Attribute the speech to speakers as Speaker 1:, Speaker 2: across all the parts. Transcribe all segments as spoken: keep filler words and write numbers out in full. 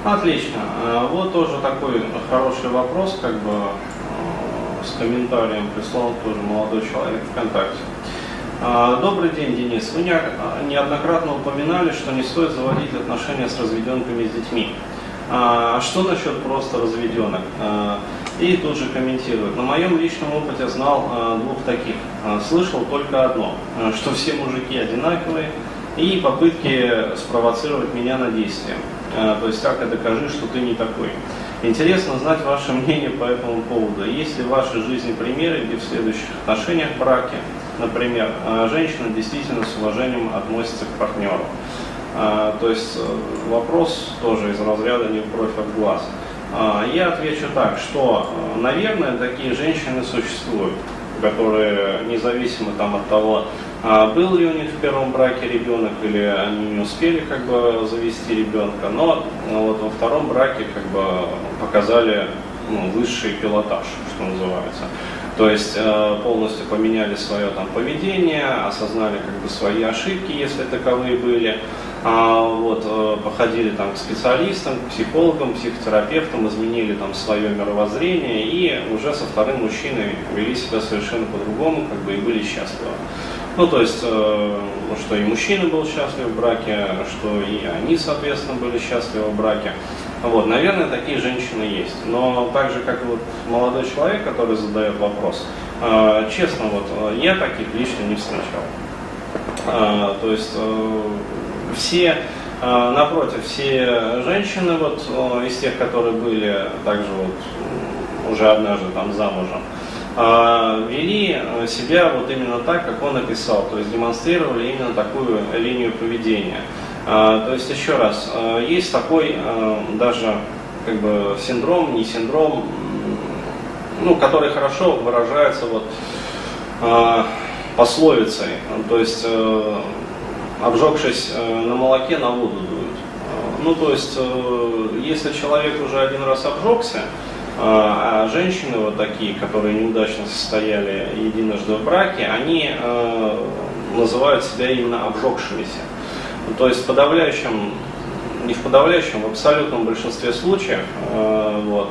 Speaker 1: Отлично. Вот тоже такой хороший вопрос, как бы с комментарием прислал тоже молодой человек ВКонтакте. Добрый день, Денис. Вы неоднократно упоминали, что не стоит заводить отношения с разведенками с детьми. А что насчет просто разведенок? И тут же комментирует. На моем личном опыте знал двух таких. Слышал только одно, что все мужики одинаковые, и попытки спровоцировать меня на действие. То есть так и докажи, что ты не такой. Интересно знать ваше мнение по этому поводу. Есть ли в вашей жизни примеры, где в следующих отношениях в браке, например, женщина действительно с уважением относится к партнеру? То есть вопрос тоже из разряда не в бровь, а в глаз. Я отвечу так, что, наверное, такие женщины существуют, которые независимо там от того, был ли у них в первом браке ребенок или они не успели как бы завести ребенка, но вот во втором браке как бы показали ну, высший пилотаж, что называется. То есть полностью поменяли свое там поведение, осознали как бы свои ошибки, если таковые были. А, вот, походили там к специалистам, к психологам, психотерапевтам, изменили там свое мировоззрение и уже со вторым мужчиной вели себя совершенно по-другому, как бы и были счастливы. Ну, то есть, э, что и мужчина был счастлив в браке, что и они, соответственно, были счастливы в браке. Вот, наверное, такие женщины есть. Но так же, как и вот молодой человек, который задает вопрос, э, честно, вот, я таких лично не встречал. Э, то есть, э, все, напротив, все женщины вот, из тех, которые были также вот, уже однажды там замужем, вели себя вот именно так, как он описал, то есть демонстрировали именно такую линию поведения. То есть, еще раз, есть такой даже как бы синдром, не синдром, ну, который хорошо выражается вот пословицей, то есть обжегшись на молоке, на воду дуют. Ну, то есть, если человек уже один раз обжегся, а женщины вот такие, которые неудачно состояли единожды в браке, они называют себя именно обжегшимися. То есть, в подавляющем, не в подавляющем, в абсолютном большинстве случаев, вот,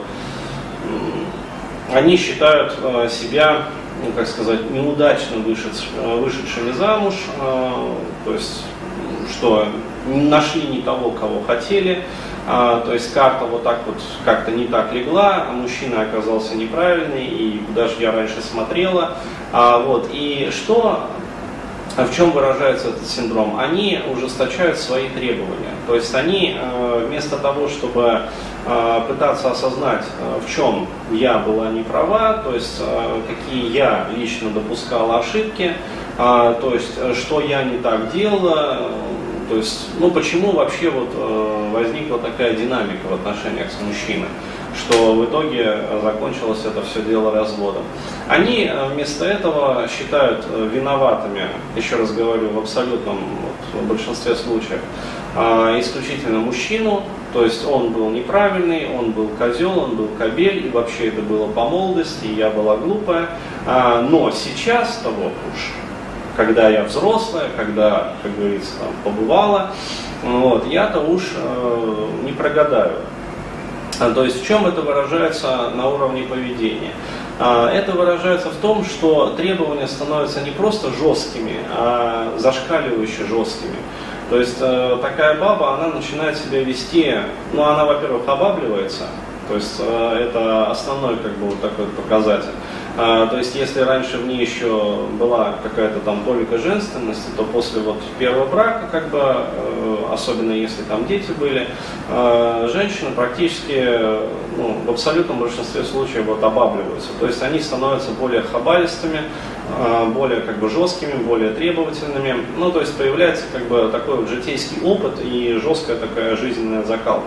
Speaker 1: они считают себя, ну, как сказать, неудачно вышедш, вышедшими замуж, э, то есть, что нашли не того, кого хотели, э, то есть карта вот так вот как-то не так легла, а мужчина оказался неправильный, и куда же я раньше смотрела, а, вот, и что, в чем выражается этот синдром? Они ужесточают свои требования, то есть они э, вместо того, чтобы пытаться осознать, в чем я была не права, то есть какие я лично допускала ошибки, то есть что я не так делала, то есть, ну почему вообще вот возникла такая динамика в отношениях с мужчиной, что в итоге закончилось это все дело разводом. Они вместо этого считают виноватыми, еще раз говорю, в абсолютном вот, в большинстве случаев, исключительно мужчину, то есть он был неправильный, он был козел, он был кобель, и вообще это было по молодости, и я была глупая. Но сейчас-то вот уж, когда я взрослая, когда, как говорится, там, побывала, вот, я-то уж э, не прогадаю. То есть в чем это выражается на уровне поведения? Это выражается в том, что требования становятся не просто жесткими, а зашкаливающе жесткими. То есть э, такая баба, она начинает себя вести, ну она, во-первых, обабливается, то есть э, это основной как бы вот такой показатель. Э, то есть если раньше в ней еще была какая-то там толика женственности, то после вот первого брака, как бы, э, особенно если там дети были, э, женщины практически ну, в абсолютном большинстве случаев вот обабливаются. То есть они становятся более хабалистыми, более как бы жесткими, более требовательными. Ну, то есть появляется как бы такой вот житейский опыт и жесткая такая жизненная закалка.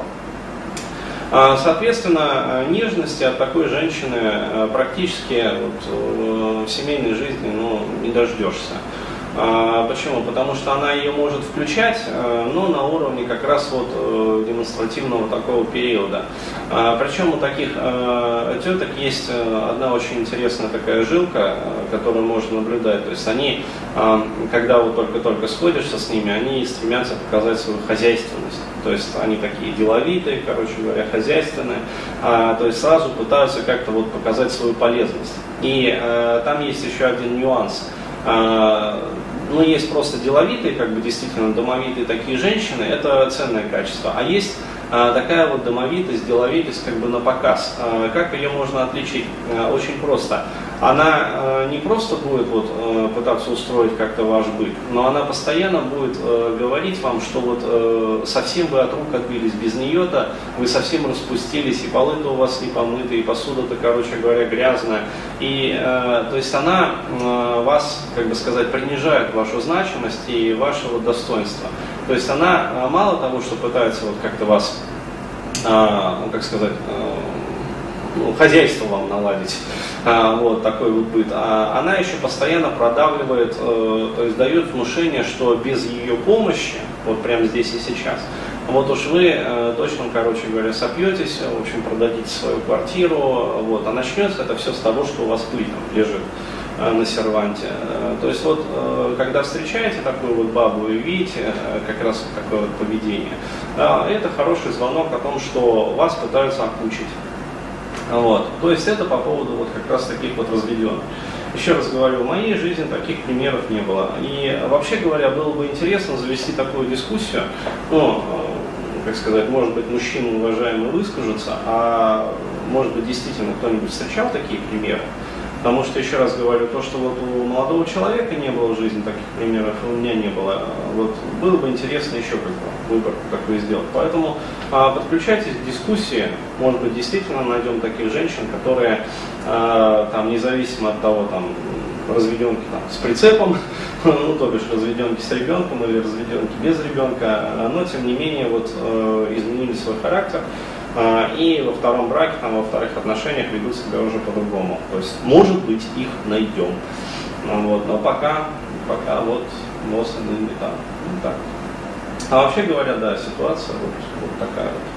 Speaker 1: Соответственно, нежности от такой женщины практически вот в семейной жизни ну, не дождешься. Почему? Потому что она ее может включать, но на уровне как раз вот демонстративного такого периода. Причем у таких теток есть одна очень интересная такая жилка, которую можно наблюдать. То есть они, когда вот только-только сходишься с ними, они стремятся показать свою хозяйственность. то есть они такие деловитые, короче говоря, хозяйственные, а, то есть сразу пытаются как-то вот показать свою полезность. И а, там есть еще один нюанс. А, ну, есть просто деловитые, как бы действительно домовитые такие женщины, это ценное качество, а есть а, такая вот домовитость, деловитость как бы на показ. А, как ее можно отличить? А, очень просто. Она э, не просто будет вот, э, пытаться устроить как-то ваш быт, но она постоянно будет э, говорить вам, что вот э, совсем вы от рук отбились, без нее-то вы совсем распустились, и полы-то у вас не помыты, и посуда-то, короче говоря, грязная. И, э, то есть она э, вас, как бы сказать, принижает вашу значимость и ваше вот достоинство. То есть она э, мало того, что пытается вот как-то вас, э, ну, как сказать, э, ну, хозяйство вам наладить, а, вот такой вот быт, а она еще постоянно продавливает, э, то есть дает внушение, что без ее помощи, вот прямо здесь и сейчас, вот уж вы э, точно, короче говоря, сопьетесь, в общем, продадите свою квартиру, вот, а начнется это все с того, что у вас пыль там лежит э, на серванте. Э, то есть вот, э, когда встречаете такую вот бабу и видите э, как раз вот такое вот поведение, э, это хороший звонок о том, что вас пытаются окучить. Вот. То есть это по поводу вот как раз таких вот разведенных. Еще раз говорю, в моей жизни таких примеров не было. И вообще говоря, было бы интересно завести такую дискуссию, ну, как сказать, может быть, мужчины уважаемые выскажутся, а может быть, действительно кто-нибудь встречал такие примеры. Потому что, еще раз говорю, то, что вот у молодого человека не было в жизни таких примеров, и у меня не было, вот было бы интересно еще как бы выборку такую сделать. Поэтому а, подключайтесь к дискуссии, может быть, действительно найдем таких женщин, которые, а, там, независимо от того, там, разведенки там, с прицепом, ну, то бишь разведенки с ребенком или разведенки без ребенка, но, тем не менее, вот, э, изменили свой характер. И во втором браке, там, во вторых отношениях ведут себя уже по-другому. То есть, может быть, их найдем. Вот, но пока, пока вот most не так, не так. А вообще говоря, да, ситуация вот, вот такая вот.